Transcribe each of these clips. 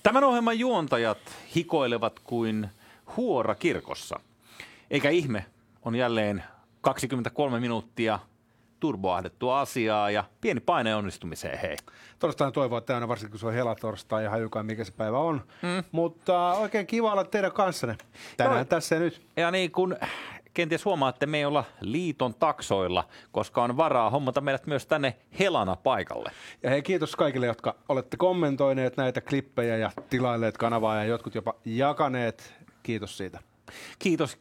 Tämän ohjelman juontajat hikoilevat kuin huora kirkossa. Eikä ihme, on jälleen 23 minuuttia turboahdettua asiaa ja pieni paine onnistumiseen, hei. Torstaina toivoa täynnä, varsinkin kun se on helatorstai ja hajukaan mikä se päivä on. Mutta oikein kiva olla teidän kanssanne tänään tässä ja nyt. Ja niin kuin kenties huomaatte, me ei olla liiton taksoilla, koska on varaa hommata meidät myös tänne Helana paikalle. Ja hei, kiitos kaikille, jotka olette kommentoineet näitä klippejä ja tilailleet kanavaa ja jotkut jopa jakaneet. Kiitos siitä. Kiitos.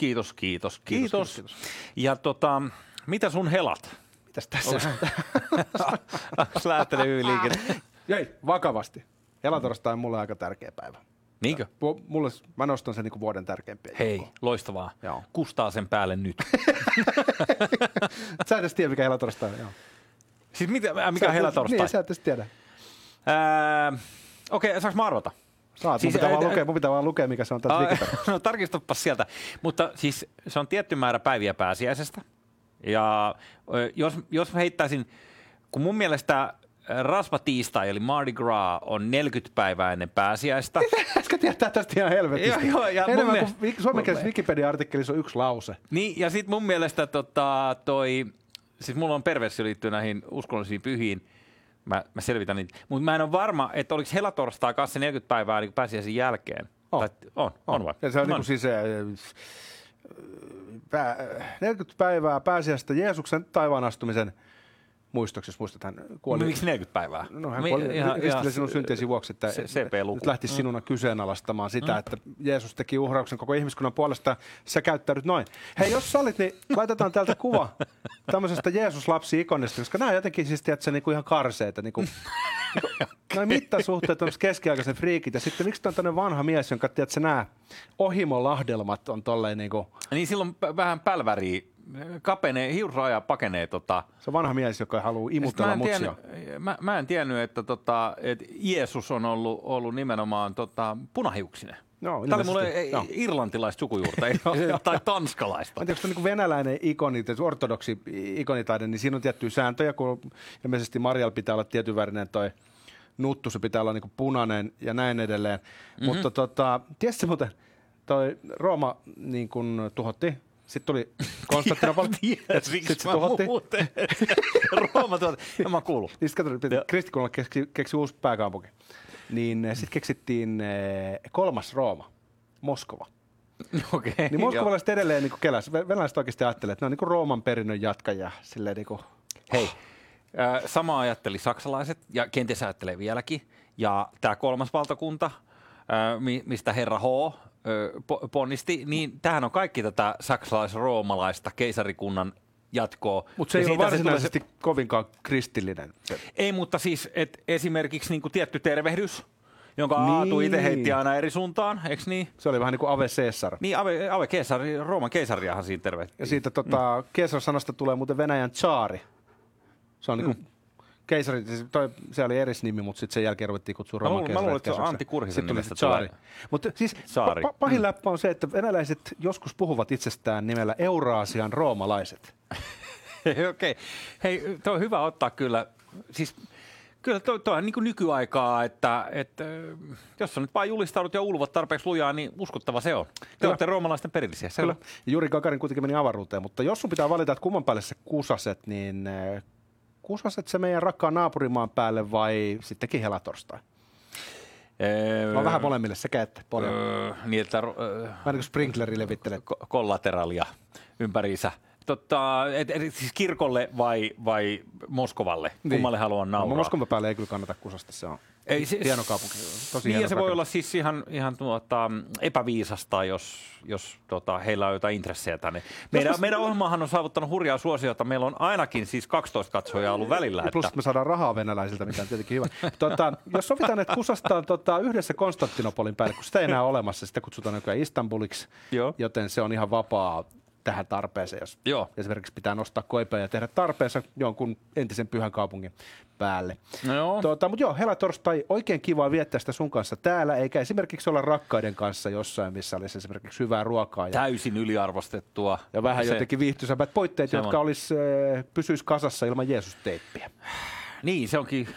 Ja mitä sun helat? Mitäs tässä? Lähtelee hyvin liikenne. Jäi, vakavasti. Helatorstai on mulle aika tärkeä päivä. Niinkö? Mä nostan sen niin vuoden tärkeimpiä. Hei, loistavaa. Joo. Kustaa sen päälle nyt. Sä et edes tiedä, mikä helatorstai on. Joo. Siis mikä helatorstai? Niin, sä et edes tiedä. Okei, saanko mä arvata? Saat, siis, mun pitää vaan lukea, mikä se on tässä Wikipediassa. No tarkistapas sieltä. Mutta siis se on tietty määrä päiviä pääsiäisestä. Ja jos heittäisin, kun mun mielestä rasvatiistai eli Mardi Gras on 40 päivää ennen pääsiäistä. Äsken tietää tästä ihan helvetistä. Joo, ja enemmän kuin suomenkielisessä Wikipedia-artikkelissa on yksi lause. Niin, ja sitten mun mielestä siis mulla on perversio liittyy näihin uskonnollisiin pyhiin. Mä selvitän niitä. Mutta mä en ole varma, että oliko helatorstai kanssa 40 päivää niin pääsiäisen jälkeen. On vai? Ja se on niin kuin siis 40 päivää pääsiäistä Jeesuksen taivaan astumisen muistoksi, jos muistat, hän kuoli. Miksi 40 päivää? No hän kuoli ristille sinun syntiesi vuoksi, että nyt lähtisi sinuna kyseenalaistamaan sitä, että Jeesus teki uhrauksen koko ihmiskunnan puolesta, sä käyttäydyt noin. Hei, jos sallit, niin laitetaan täältä kuva tämmöisestä Jeesus-lapsi-ikonista, koska nämä jotenkin siis, tiedätkö, niin kuin ihan karseita. Noin mittasuhteet on keskiaikaisen friikit, ja sitten miksi on tämmöinen vanha mies, jonka tiedätkö, nämä ohimolahdelmat on tolleen niin kuin... Niin silloin vähän pälväriä. Hiusraja pakenee. Se on vanha mies, joka haluaa imutella mutsia. Mä en tiennyt, että Jeesus on ollut nimenomaan punahiuksinen. No, tämä oli mulle irlantilaista sukujuurta tai tanskalaista. Mä en tiedä, onko venäläinen ikoni, ortodoksi ikonitaide, niin siinä on tiettyjä sääntöjä, kun ilmeisesti Marjalla pitää olla tietynvärinen toi nuttu, se pitää olla niin punainen ja näin edelleen. Mutta tiedätkö muuten, toi Rooma niin kun tuhottiin. Sitten tuli Konstantinopoli. Sitten se tuhottiin. Rooma tuhottiin. Mä kuulun. Sitten kristikunnalle keksi uusi pääkaupunki. Niin sitten keksittiin kolmas Rooma, Moskova. Okei. Niin moskovalaiset edelleen niin keläs. Venäläiset oikeasti ajattelee, että ne on niin Rooman perinnön jatkaja. Silleen niin kuin... Hei, sama ajatteli saksalaiset ja kenties ajattelee vieläkin. Ja tämä kolmas valtakunta, mistä herra H. ponnisti, niin tämähän on kaikki tätä saksalais-roomalaista keisarikunnan jatkoa. Mutta se ei ole varsinaisesti kovinkaan kristillinen. Ei, mutta siis esimerkiksi niin kuin tietty tervehdys, jonka Aatu itse heitti aina eri suuntaan, eikö niin? Se oli vähän niin kuin Ave Caesar. Niin, Ave Caesar, Rooman keisariahan siinä tervehti. Ja siitä Caesar-sanasta tulee muuten Venäjän tsaari. Se on niin kuin keisari, se oli edes nimi, mutta sitten sen jälkeen ruvettiin kutsua Rooman keisari. Mä luulen, että se on Antti Kurhisen nimestä tulee. Mutta siis pahin läppä on se, että venäläiset joskus puhuvat itsestään nimellä Euraasian roomalaiset. Okei. Hei, tuo on hyvä ottaa kyllä. Siis kyllä tuo on niin kuin nykyaikaa, että jos on nyt vaan julistaudut ja ulvot tarpeeksi lujaa, niin uskottava se on. Te olette roomalaisten perillisiä. Kyllä. Juri Gagarin kuitenkin meni avaruuteen, mutta jos sun pitää valita, että kumman päälle sä kusaset, niin kusaset se meidän rakkaan naapurimaan päälle vai sittenkin helatorstai? On vähän molemmille sekä että paljon. Niin, että vähän niin kuin sprinkleri levittelee. Kollateraalia ympäriinsä. Siis kirkolle vai Moskovalle? Niin. Kummalle haluan nauraa? Moskovan päälle ei kyllä kannata kusasta, se on hieno kaupunki. Tosi niin, hieno se voi olla siis ihan epäviisasta, jos heillä on jotain intressejä tänne. Meidän ohjelmahan on saavuttanut hurjaa suosiota. Meillä on ainakin siis 12 katsojaa ollut välillä. Plus me saadaan rahaa venäläisiltä, mikä on tietenkin hyvä. Jos sovitaan, että kusastaan yhdessä Konstantinopolin päälle, kun sitä ei enää olemassa, sitä kutsutaan nykyään Istanbuliksi, joten se on ihan vapaa tähän tarpeeseen, jos esimerkiksi pitää nostaa koipea ja tehdä tarpeensa jonkun entisen pyhän kaupungin päälle. Mutta helatorstai, oikein kiva viettää sitä sun kanssa täällä, eikä esimerkiksi olla rakkaiden kanssa jossain, missä olisi esimerkiksi hyvää ruokaa. Täysin yliarvostettua. Ja vähän jotenkin viihtyisämpät poitteet, jotka pysyisi kasassa ilman Jeesus-teippiä. Niin, se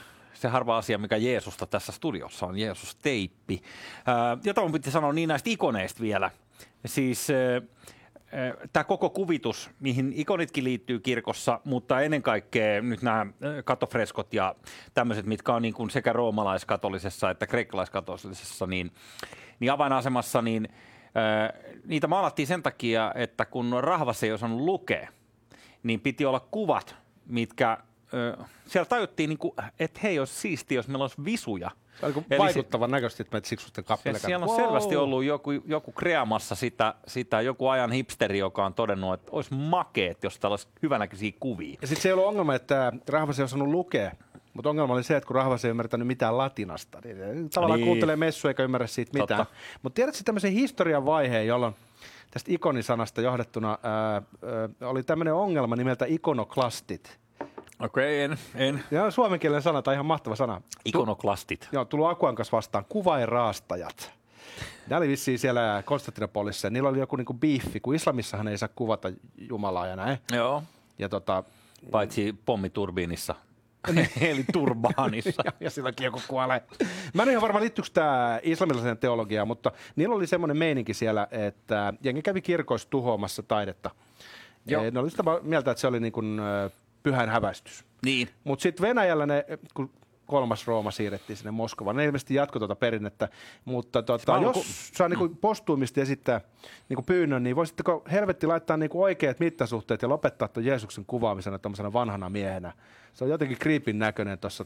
se harva asia, mikä Jeesusta tässä studiossa on, Jeesus-teippi. Jota mun piti sanoa niin näistä ikoneista vielä. Siis tämä koko kuvitus, mihin ikonitkin liittyy kirkossa, mutta ennen kaikkea nyt nämä katofreskot ja tämmöiset, mitkä on niin kuin sekä roomalaiskatolisessa että kreikkalaiskatolisessa, niin avainasemassa, niin niitä maalattiin sen takia, että kun rahvas ei osannut lukea, niin piti olla kuvat, mitkä siellä tajuttiin, niin kuin, että hei, olisi siistiä, jos meillä olisi visuja. Se on niin vaikuttavan näköisesti, että meitä siksusten kappalekaan. Siellä on selvästi ollut joku kreamassa sitä joku ajan hipsteri, joka on todennut, että olisi makeet, jos täällä olisi hyvänäköisiä kuvia. Ja sitten se ei ollut ongelma, että rahvas ei osannut lukea. Mutta ongelma oli se, että kun rahvas ei ymmärtänyt mitään latinasta, niin tavallaan kuuntelee messu eikä ymmärrä siitä mitään. Mutta tiedätkö tämmöisen historian vaiheen, jolloin tästä ikonisanasta johdettuna oli tämmöinen ongelma nimeltä ikonoklastit. Okei, en. Ja suomenkielinen sana, tai ihan mahtava sana. Ikonoklastit. Joo, tullut Akuan kanssa vastaan. Kuvainraastajat. Nämä oli vissiin siellä Konstantinopolissa. Niillä oli joku niinku biiffi, kun islamissahan ei saa kuvata Jumalaa ja näin. Joo. Ja paitsi pommiturbiinissa. Eli turbaanissa. ja silloinkin joku kuolee. Mä en ihan varma, liittyykö tämä islamilaiseen teologiaan, mutta niillä oli semmoinen meininki siellä, että jengi kävi kirkoissa tuhoamassa taidetta. Ne oli sitä mieltä, että se oli niin kuin pyhän häväistys. Niin. Mutta sitten Venäjällä kun kolmas Rooma siirrettiin sinne Moskovaan, ne ilmeisesti jatkoi tuota perinnettä, mutta jos saa niinku postuumista esittää niinku pyynnön, niin voisitteko helvetti laittaa niinku oikeat mittasuhteet ja lopettaa tuon Jeesuksen kuvaamisena tämmöisenä vanhana miehenä. Se on jotenkin creepin näköinen tuossa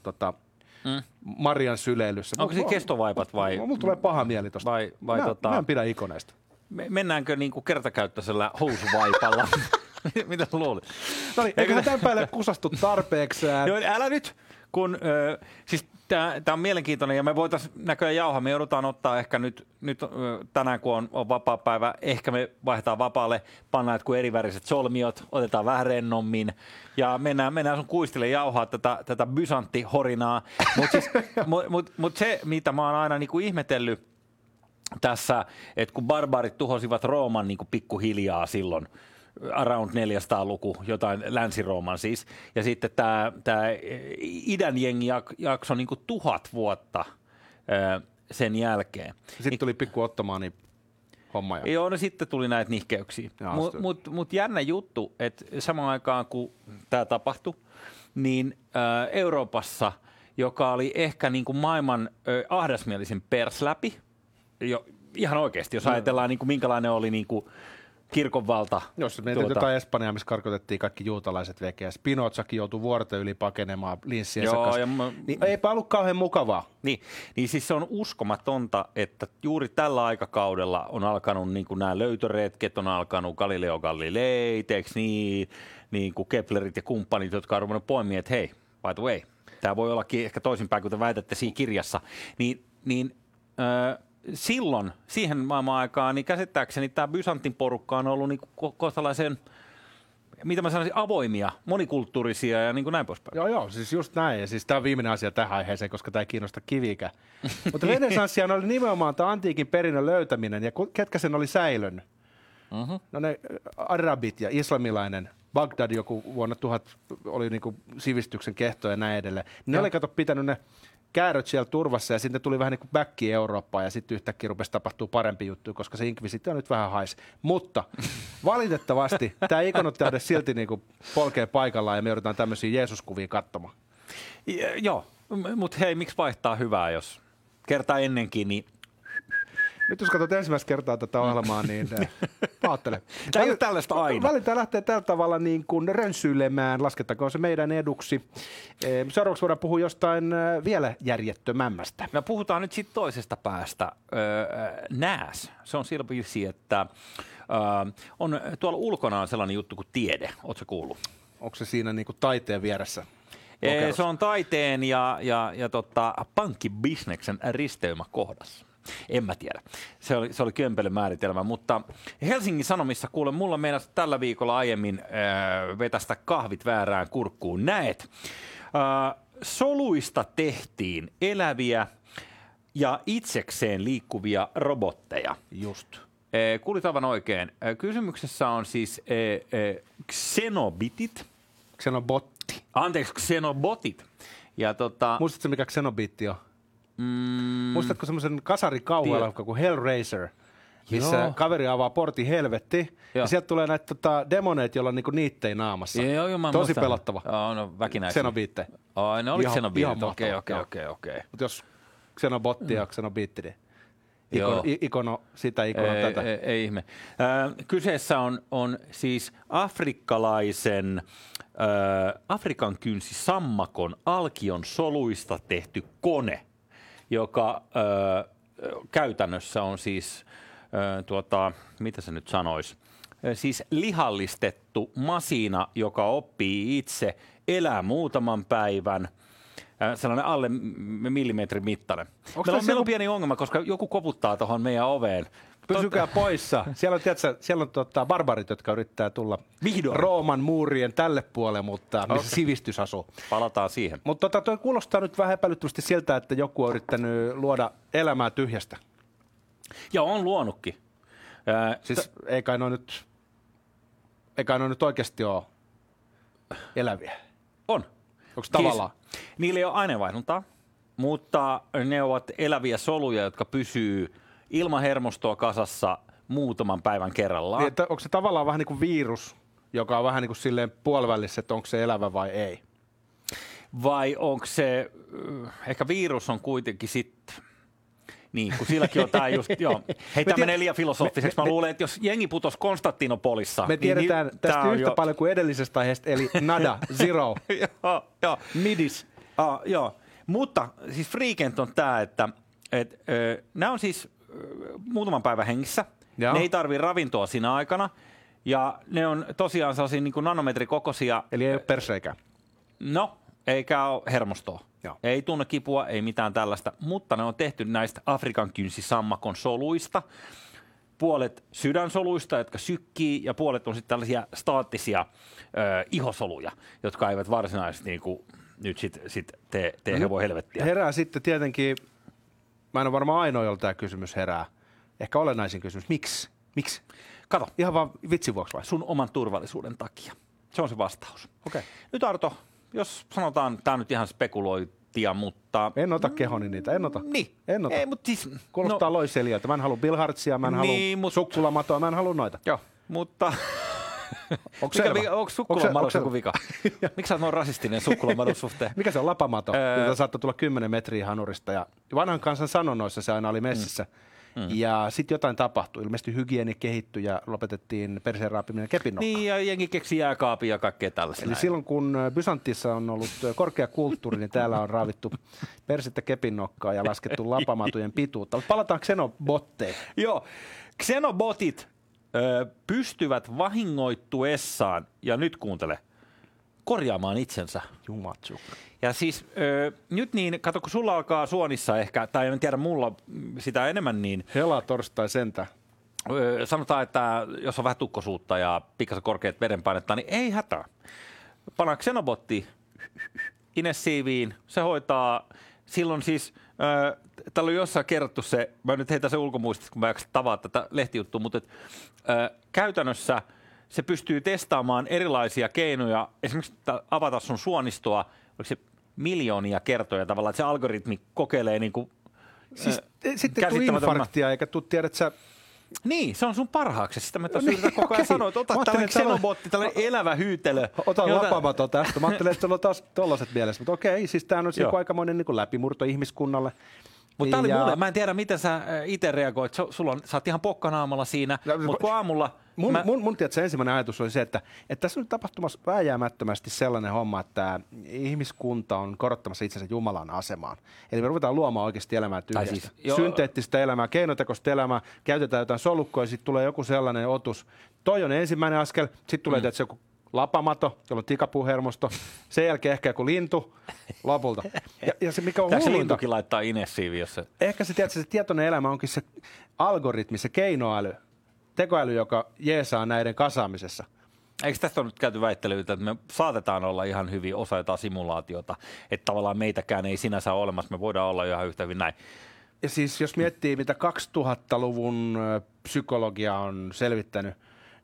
Marian syleilyssä. Onko se kestovaipat vai? Mulla tulee paha mieli tuosta. Mä en pidä ikoneista. Mennäänkö niinku kertakäyttöisellä housuvaipalla? Mitä luulit? No niin, eiköhän tämän päälle kusastu tarpeeksi. Joo, älä nyt, kun siis tämä on mielenkiintoinen ja me voitaisiin näköjään jauhaa. Me joudutaan ottaa ehkä nyt tänään, kun on vapaa päivä, ehkä me vaihdetaan vapaalle, pannaan jotkut eriväriset solmiot, otetaan vähän rennommin ja mennään sun kuistille jauhaa tätä bysantti-horinaa. Mutta se, mitä mä oon aina niinku ihmetellyt tässä, että kun barbaarit tuhosivat Rooman niinku pikkuhiljaa silloin, around 400-luku, jotain Länsi-Rooman siis. Ja sitten tämä idän jengi jakso niin kuin 1000 vuotta sen jälkeen. Sitten tuli pikku Ottomaani homma. Joo, no sitten tuli näitä nihkeyksiä. Mut jännä juttu, että samaan aikaan kun tämä tapahtui, niin Euroopassa, joka oli ehkä niin kuin maailman ahdasmielisin persläpi, ihan oikeasti, jos ajatellaan niin kuin minkälainen oli niin kuin kirkonvalta. Jos mietit jotain Espanjaa, missä karkotettiin kaikki juutalaiset vekeä. Spinozakin joutui vuorten yli pakenemaan linssiensä kanssa. Niin eipä ollut kauhean mukavaa. Niin siis se on uskomatonta, että juuri tällä aikakaudella on alkanut niin kuin nämä löytöretket, on alkanut Galileo Galilei, niin kuin Keplerit ja kumppanit, jotka on ruvennut poimia, että hei, by the way, tämä voi ollakin ehkä toisinpäin, kun te väitätte siinä kirjassa, silloin, siihen maailman aikaan, niin käsittääkseni tämä Byzantin porukka on ollut niin kohtalaisen, mitä mä sanoisin, avoimia, monikulttuurisia ja niin kuin näin poispäin. Joo, siis just näin. Ja siis tämä on viimeinen asia tähän aiheeseen, koska tämä ei kiinnosta kiviikään. Mutta renessanssihan oli nimenomaan tämä antiikin perinnön löytäminen, ja ketkä sen oli säilönnyt? No ne arabit ja islamilainen, Bagdad joku vuonna 1000 oli niin kuin sivistyksen kehto ja näin edelleen. Ne oli pitänyt ne kääröt siellä turvassa ja sitten tuli vähän niin kuin backi Eurooppaan ja sitten yhtäkkiä rupesi tapahtuu parempi juttu, koska se inkvisitio nyt vähän haisi. Mutta valitettavasti tämä ikonoteade silti niin kuin polkee paikallaan ja me joudutaan tämmöisiä Jeesuskuvia katsomaan. Joo, mutta hei, miksi vaihtaa hyvää, jos kertaa ennenkin, niin nyt jos katsot ensimmäistä kertaa tätä ohjelmaa, niin paattele. Tämä ei ole tällaista aina. Valitaan lähteä tällä tavalla niin kuin rönsyilemään, laskettakoon se meidän eduksi. Seuraavaksi voidaan puhua jostain vielä järjettömämmästä. Me puhutaan nyt sitten toisesta päästä. NAS, se on sillä viisi, että on tuolla ulkona on sellainen juttu kuin tiede. Ootko kuullut? Onko se siinä niin kuin taiteen vieressä? Se on taiteen ja pankkibisneksen risteymäkohdassa. En mä tiedä. Se oli kömpelön määritelmä, mutta Helsingin Sanomissa kuule, mulla meinasi tällä viikolla aiemmin vetästä kahvit väärään kurkkuun. Näet, soluista tehtiin eläviä ja itsekseen liikkuvia robotteja. Just. Kuulit aivan oikein. Kysymyksessä on siis xenobitit. Xenobotti. Anteeksi, xenobotit. Ja Muistatko, mikä Xenobiitti on? Muistatko semmoisen kasarikauhuelokuvan kuin Hellraiser, missä kaveri avaa portin helvetti, ja sieltä tulee näitä demoneita, joilla on niinku niittei naamassa. Tosi pelottava. No väkinäisiä. Xenobiitti. Ne oli Xenobiitti. Okei. Mutta jos Xenobotti ja Xenobiitti, niin ikono sitä, ikono tätä. Ei ihme. Kyseessä on siis Afrikan kynsisammakon alkion soluista tehty kone, joka käytännössä on siis, mitä se nyt sanoisi, siis lihallistettu masina, joka oppii itse, elää muutaman päivän, sellainen alle millimetrin mittainen. Meillä on pieni ongelma, koska joku koputtaa tuohon meidän oveen. Pysykää poissa. Siellä on barbarit, jotka yrittää tulla vihdoin Rooman muurien tälle puolelle, mutta missä sivistys asuu. Palataan siihen. Mutta toi kuulostaa nyt vähän epäilyttävästi siltä, että joku on yrittänyt luoda elämää tyhjästä. Ja on luonutkin. Siis ei kai noin nyt oikeasti ole eläviä. On. Onko tavallaan? Niillä ei ole aineenvaihduntaa, mutta ne ovat eläviä soluja, jotka pysyy ilman hermostoa kasassa muutaman päivän kerrallaan. Niin, onko se tavallaan vähän niin kuin virus, joka on vähän niin kuin silleen puolivälissä, että onko se elävä vai ei? Vai onko se, ehkä virus on kuitenkin sitten, niin kun silläkin on tämä just, joo. Hei, tämä menee liian filosofiseksi. Mä luulen, että jos jengi putosi Konstantinopolissa. Me tiedetään tästä yhtä paljon kuin edellisestä aiheesta, eli nada, zero, joo. midis. Joo, mutta siis freakent on tämä, että nämä on siis muutaman päivän hengissä. Joo. Ne ei tarvitse ravintoa siinä aikana. Ja ne on tosiaan sellaisia niin kuin nanometrikokoisia. Eli ei ole perseikään. No, eikä ole hermostoa. Joo. Ei tunne kipua, ei mitään tällaista. Mutta ne on tehty näistä Afrikan kynsisammakon soluista. Puolet sydänsoluista, jotka sykkii, ja puolet on sitten tällaisia staattisia ihosoluja, jotka eivät varsinaisesti niin kuin, nyt sit tee hevon helvettiä. Herää sitten tietenkin, mä en ole varmaan ainoa, jolla tämä kysymys herää. Ehkä olennaisin kysymys. Miksi? Kato. Ihan vaan vitsin vuoksi vai? Sun oman turvallisuuden takia. Se on se vastaus. Okay. Nyt Arto, jos sanotaan, tämä on nyt ihan spekulointia, mutta... En ota kehoni niitä, en ota. Niin. En ota. Ei, mutta siis... Kuulostaa loiselijoita. Mä en halua Bill Hartsia, mä en halua sukkulamatoa, mä en halua noita. Joo, mutta... Onko sukkulamadossa joku vika? Miksi sä oot noin rasistinen sukkulamadon suhteen? Mikä se on lapamato? Jota saattoi tulla 10 metriä hanurista. Ja vanhan kansan sanonnoissa se aina oli messissä. Ja sitten jotain tapahtui. Ilmeisesti hygieni kehittyi ja lopetettiin perseen raapiminen kepinnokkaan. Niin, ja jengi keksi jääkaapia ja kaikkea tällaista. Eli silloin, kun Byzantissa on ollut korkea kulttuuri, niin täällä on raavittu persettä kepinnokkaa ja laskettu lapamatojen pituutta. Mutta palataan Xenobotteihin. Joo, Xenobotit pystyvät vahingoittuessaan, ja nyt kuuntele, korjaamaan itsensä. Jumatsukka. Ja siis nyt niin, kato kun sulla alkaa suonissa ehkä, tai en tiedä mulla sitä enemmän, niin... Hela torstai sentä. Sanotaan, että jos on vähän tukkosuutta ja pikkasen korkeat verenpainetta, niin ei hätää. Panna Xenobotti inessiiviin, se hoitaa, silloin siis... Täällä on jossain kerrottu se, mä nyt heitän se ulkomuistista, kun mä jaksan tavaa tätä lehtijuttua, mutta käytännössä se pystyy testaamaan erilaisia keinoja, esimerkiksi avata sun suonistoa, oliko se miljoonia kertoja tavallaan, että se algoritmi kokeilee niin kuin siis sitten tuu infarktia, eikä tuu tiedä, että sä... Niin, se on sun parhaaksi. Sitä mä tuossa yritän koko ajan sanoa, että ota tällainen Xenobotti, tällainen elävä hyytelö. Ota lapamato tästä. Mä ajattelin, että sulla on taas tollaset mielessä. Mutta okei, siis tää on aikamoinen niin läpimurto ihmiskunnalle. Mutta tää oli mulle, mä en tiedä miten sä itse reagoit. Sä oot ihan pokkanaamalla siinä, mutta kun aamulla... Mun tiedät, se ensimmäinen ajatus oli se, että tässä on nyt tapahtumassa vääjäämättömästi sellainen homma, että ihmiskunta on korottamassa itsensä Jumalan asemaan. Eli me ruvetaan luomaan oikeasti elämää tyhjästä. Siis, synteettistä elämää, keinotekoista elämää, käytetään jotain solukkoa ja sitten tulee joku sellainen otus. Toi on ensimmäinen askel, sitten tulee tietysti joku lapamato, jolla on tikapuuhermosto, sen jälkeen ehkä joku lintu lopulta. Ja se mikä on hulluinta. Se lintukin laittaa inessiiviin, jos se... Ehkä se tietoinen elämä onkin se algoritmi, se keinoäly, tekoäly, joka jeesaa näiden kasaamisessa. Eikö tästä ole nyt käyty väittelyitä, että me saatetaan olla ihan hyvin osa jotain simulaatiota, että tavallaan meitäkään ei sinänsä ole olemassa, me voidaan olla ihan yhtä hyvin näin. Ja siis jos miettii, mitä 2000-luvun psykologia on selvittänyt,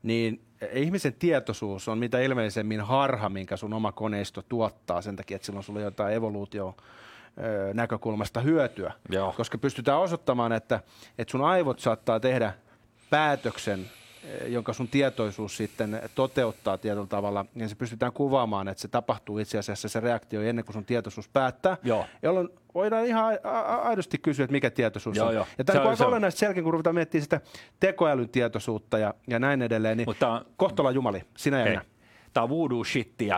niin ihmisen tietoisuus on mitä ilmeisemmin harha, minkä sun oma koneisto tuottaa sen takia, että silloin sulla on jotain evoluutio näkökulmasta hyötyä. Joo. Koska pystytään osoittamaan, että sun aivot saattaa tehdä päätöksen, jonka sun tietoisuus sitten toteuttaa tietyllä tavalla, niin se pystytään kuvaamaan, että se tapahtuu itse asiassa se reaktio ennen kuin sun tietoisuus päättää, jolloin voidaan ihan aidosti kysyä, että mikä tietoisuus on. Ja tämä on aika olennaista selkeä, kun ruvetaan miettimään sitä tekoälyn tietoisuutta ja näin edelleen, niin kohtola jumali, sinä ja minä. Tämä on voodoo shittiä.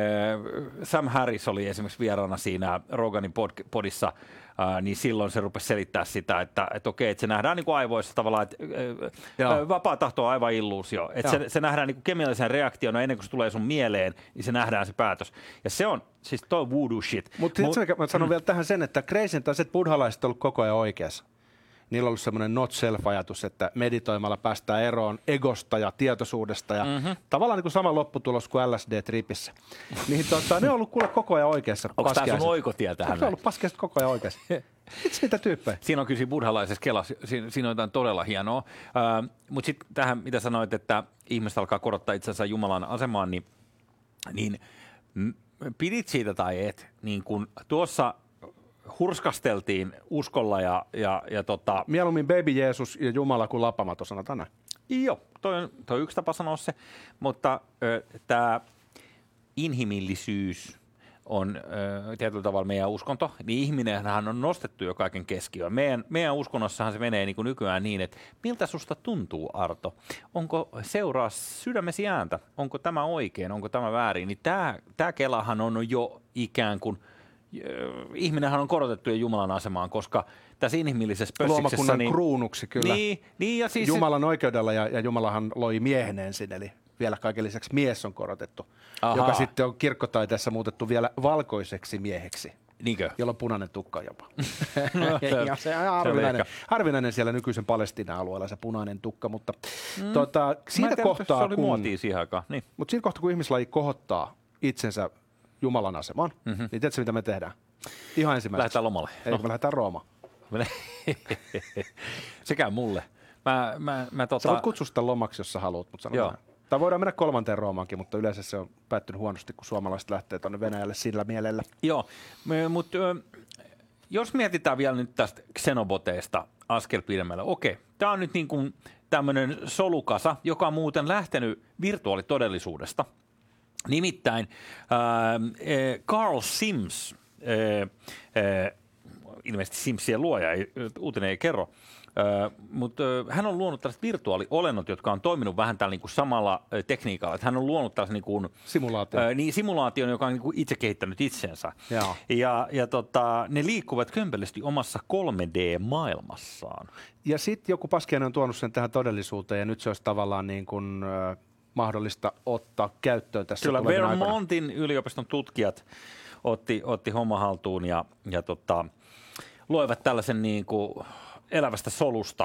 Sam Harris oli esimerkiksi vieraana siinä Roganin podissa, niin silloin se rupesi selittää sitä, että okei, että se nähdään niin kuin aivoissa tavallaan, että vapaa tahto on aivan illuusio. Että se nähdään niin kuin kemiallisen reaktiona ennen kuin se tulee sun mieleen, niin se nähdään se päätös. Ja se on siis toi voodoo shit. Mutta mä sanon vielä tähän sen, että crazy taas, että buddhalaiset on ollut koko ajan oikeassa. Niillä on ollut semmoinen not self-ajatus, että meditoimalla päästään eroon egosta ja tietoisuudesta ja tavallaan niin kuin sama lopputulos kuin LSD-tripissä. Niin ne on ollut kuule koko ajan oikeassa. Onko tämä sun oikotie tähän? Se on ollut paskiaiset koko ajan oikeassa. Itse mitä tyyppejä? Siinä on kyllä siinä buddhalaisessa kelassa, siinä on jotain todella hienoa. Mutta sitten tähän, mitä sanoit, että ihmiset alkaa korottaa itsensä Jumalan asemaan, niin pidit siitä tai et, niin kun tuossa hurskasteltiin uskolla ja mieluummin baby Jeesus ja Jumala kuin lapamato, sanotaan näin. Joo, toi on yksi tapa sanoa se, mutta tämä inhimillisyys on tietyllä tavalla meidän uskonto, niin ihminenhän on nostettu jo kaiken keskiöön. Meidän uskonnossahan se menee niin kuin nykyään niin, että miltä susta tuntuu, Arto? Onko seuraa sydämesi ääntä? Onko tämä oikein? Onko tämä väärin? Niin tämä kelahan on jo ikään kuin ihminenhän on korotettu jo Jumalan asemaan, koska tässä inhimillisessä pössiksessä luomakunnan kruunuksi kyllä. Niin, ja siis Jumalan oikeudella ja Jumalahan loi miehen ensin, eli vielä kaiken lisäksi mies on korotettu, joka sitten on kirkkotaiteessa muutettu vielä valkoiseksi mieheksi. Niinkö? Jolla on punainen tukka jopa. Ja se on harvinainen siellä nykyisen Palestiina-alueella se punainen tukka, mutta siitä kohtaa, se oli muotia siihen aikaan. Niin. Mutta siinä kohtaa, kun ihmislaji kohottaa itsensä Jumalan asemaan, niin tiedätkö, mitä me tehdään? Ihan ensimmäiseksi. Lähdetään lomalle. Ei, me lähdetään Roomaan. Se käy mulle. Sä voit kutsua sitä lomaksi, jos sä haluat, mutta sanotaan. Tai voidaan mennä 3. Roomaankin, mutta yleensä se on päättynyt huonosti, kun suomalaiset lähtee tuonne Venäjälle sillä mielellä. Joo, mutta jos mietitään vielä nyt tästä xenoboteista askel pidemmälle. Okei, tämä on nyt niin kuin tämmöinen solukasa, joka on muuten lähtenyt virtuaalitodellisuudesta. Nimittäin Carl Sims, ilmeisesti Simsien luoja, uutinen ei kerro, mutta hän on luonut tällaiset virtuaaliolennot, jotka on toiminut vähän tällä niin kuin samalla tekniikalla. Että hän on luonut tällaisen niin kuin, simulaation, joka on niin kuin itse kehittänyt itsensä. Ja ne liikkuvat kömpelösti omassa 3D-maailmassaan. Ja sitten joku paskiainen on tuonut sen tähän todellisuuteen, ja nyt se olisi tavallaan niin kuin mahdollista ottaa käyttöön tässä kyllä, Vermontin yliopiston tutkijat otti homma haltuun ja loivat tällaisen niin kuin elävästä solusta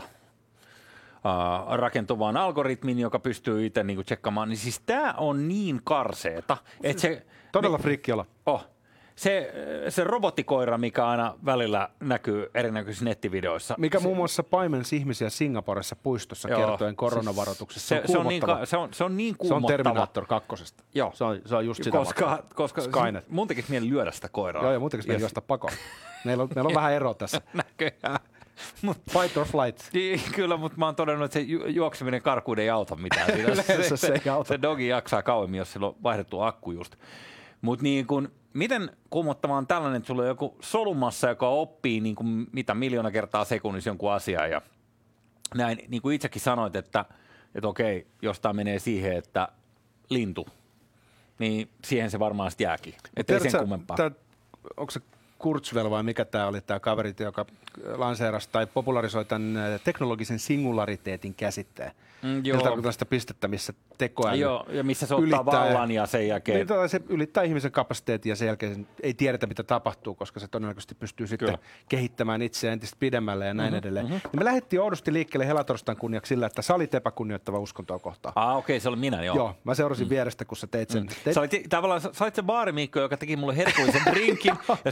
rakentuvaan algoritmin, joka pystyy itse niin kuin tsekkaamaan. Niin siis tämä on niin karseeta, että se todella friikkiala. Se robottikoira, mikä aina välillä näkyy erinäköisissä nettivideoissa. Mikä muun muassa paimensi ihmisiä Singaporessa puistossa kertoen koronavaroituksessa. Se on niin kuumottava. Se on Terminator 2. Joo. Se on just sitä. Koska mun tekisi mieli lyödä sitä koiraa. Joo, ja mun tekisi mieli juosta pakoon. Meillä on vähän eroa tässä. Näköjään. Fight or flight. Kyllä, mutta mä oon todennut, että se juokseminen karkuun ei auta mitään. se ei auta. Se dogi jaksaa kauemmin, jos sillä on vaihdettu akku just. Mutta niin kun, miten kuumottavaa on tällainen, että sulla on joku solumassa, joka oppii niin kuin mitä 1,000,000 kertaa sekunnissa jonkun asian. Ja näin, niin kuin itsekin sanoit, että okei, jos tämä menee siihen, että lintu, niin siihen se varmaan sitten jääkin. Että ei sen kummempaa. Onko se Kurzweil vai mikä tämä oli, tämä kaveri, joka lanseerasi tai popularisoi tämän teknologisen singulariteetin käsitteen. Joo. Tarkoittaa sitä pistettä, missä tekoäly ja missä se ottaa vallan ja sen jälkeen. Niin, se ylittää ihmisen kapasiteetin ja sen jälkeen ei tiedetä, mitä tapahtuu, koska se todennäköisesti pystyy sitten kehittämään itseään entistä pidemmälle ja näin edelleen. Ja me lähdettiin oudosti liikkeelle helatorstain kunniaksi sillä, että sä olit epäkunnioittava uskontoa kohtaan. Okei, se oli minä, joo. Joo, mä seurasin vierestä, kun sä teit sen. Sä olit se baarimikko, joka teki mulle herkullisen drinkin ja sen jälkeen sä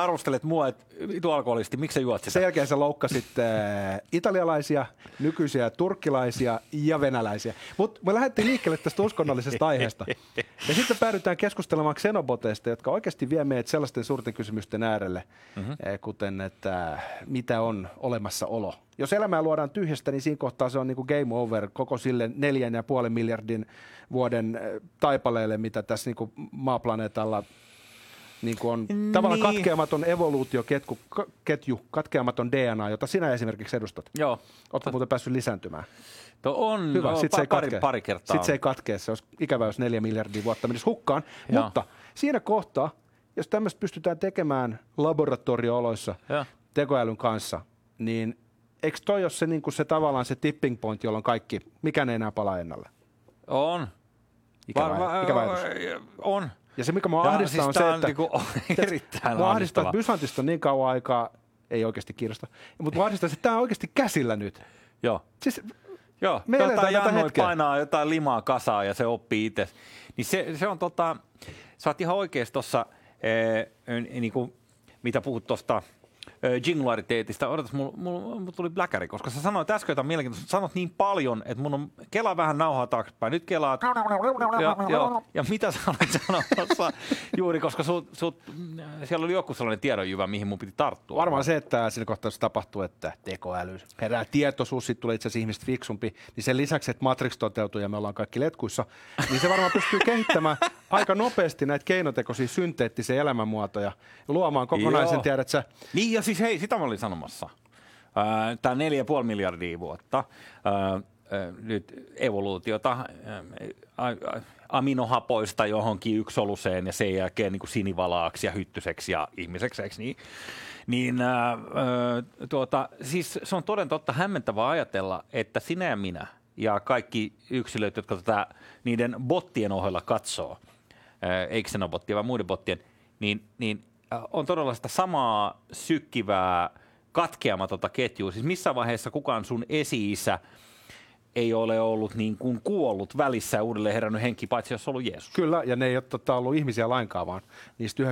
sä arvostelet mua, että vitu alkoholisti, miksi sä juot sitä? Sen jälkeen sä loukkasit italialaisia, nykyisiä turkkilaisia ja venäläisiä. Mutta me lähdettiin liikkeelle tästä uskonnollisesta aiheesta. Ja sitten päädytään keskustelemaan xenoboteista, jotka oikeasti vie meidät sellaisten suurten kysymysten äärelle, kuten että mitä on olemassaolo. Jos elämää luodaan tyhjästä, niin siinä kohtaa se on niin kuin game over koko sille 4,5 miljardin vuoden taipaleelle, mitä tässä niin kuin maaplaneetalla niin kuin on tavallaan katkeamaton evoluutioketju, katkeamaton DNA, jota sinä esimerkiksi edustat. Joo. Oletko muuten päässyt lisääntymään? On hyvä. Pari kertaa. Sitten se ei katkea, se olisi ikävä, jos 4 miljardia vuotta menisi hukkaan. Joo. Mutta siinä kohtaa, jos tämmöistä pystytään tekemään laboratorio-oloissa tekoälyn kanssa, niin eikö toi ole se, niin kuin se tavallaan se tipping point, jolloin kaikki, mikään ei enää palaa ennalle? On. Ikävä ajatus. On. Ja se, mikä mua ahdistaa, on se, että erittäin mua ahdistaa, että Byzantista on niin kauan aikaa, ei oikeasti kiinnosta, mutta mua ahdistaa, että tämä on oikeasti käsillä nyt. Joo. Siis joo, Jannu painaa jotain limaa kasaan ja se oppii itse. Niin se on sä oot ihan oikeassa tuossa, niinku, mitä puhut tuosta jingulariteetista. Odotas, mulla tuli bläkäri, koska sä sanoit äsken jotain mielenkiintoista. Sanot niin paljon, että mun on kelaa vähän nauhaa taaksepäin. Nyt kelaat. Ja mitä sä olet sanomassa juuri, koska siellä oli joku sellainen tiedonjyvä, mihin mun piti tarttua. Varmaan se, että siinä kohtaa tapahtuu, että tekoäly herää tietoisuus, sitten tulee itse asiassa ihmistä fiksumpi, niin sen lisäksi, että Matrix toteutuu ja me ollaan kaikki letkuissa, niin se varmaan pystyy kehittämään aika nopeasti näitä keinotekoisia synteettisiä elämänmuotoja, luomaan kokonaisen, tiedät sä. Niin ja siis hei, sitä mä olin sanomassa. Tämä 4,5 miljardia vuotta nyt evoluutiota aminohapoista johonkin yksoluseen ja sen jälkeen niin kuin sinivalaaksi ja hyttyseksi ja ihmiseksi, niin siis se on toden totta hämmentävää ajatella, että sinä ja minä ja kaikki yksilöt, jotka tätä niiden bottien ohella katsoo, eikö se ole bottia vai muiden bottien, niin on todella sitä samaa sykkivää, katkeamatonta ketjua. Siis missä vaiheessa kukaan sun esi-isä ei ole ollut niin kuin kuollut välissä ja uudelleen herännyt henki, paitsi jos on ollut Jeesus. Kyllä, ja ne ei ole ollut ihmisiä lainkaan, vaan niistä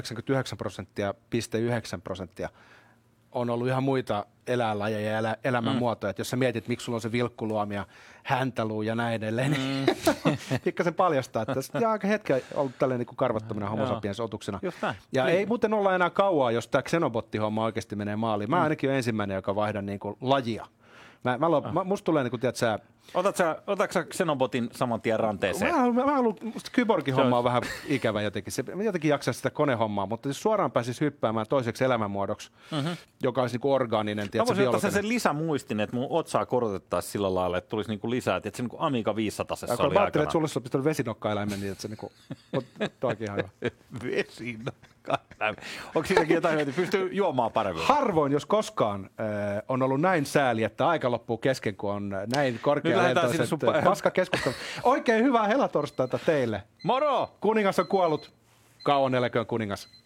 99,9% on ollut ihan muita eläinlajeja ja elämänmuotoja. Jos sä mietit, miksi sulla on se vilkkuluomi ja häntäluu ja näin edelleen, niin pikkasen paljastaa, että ja aika hetken ollut tällainen niin karvattomina homo sapiens otuksena. Ja ei muuten olla enää kauaa, jos tämä xenobotti-homma oikeasti menee maaliin. Mä ainakin olen ensimmäinen, joka vaihdan niin kuin lajia. Musta tulee, niin kuin, tiedät sä... Otatko sä Xenobotin saman tien ranteeseen? Mä haluan, musta kyborgin homma on vähän ikävä jotenkin. Mä jotenkin jaksaa sitä konehommaa, mutta jos suoraan pääsisi hyppäämään toiseksi elämänmuodoksi, joka olisi niin kuin orgaaninen, mä voisin ottaa sen lisämuistin, että mun otsaa korotettaisiin sillä lailla, että tulisi niin kuin lisää, että se niin kuin Amiga 500 oli aikana. Mä ajattelin, että sulle on pistänyt vesinokkaeläimen, niin että se niin kuin, toikin ihan hyvä. Vesinokkaeläimen. Onko siinäkin jotain hyötyä? Pystyy juomaan paremmin? Harvoin, jos koskaan, on ollut näin sääli, että aika loppuu kesken, kun on näin korkealentoiset paskakeskustelu. Oikein hyvää helatorstaita teille. Moro! Kuningas on kuollut. Kauan eläköön kuningas.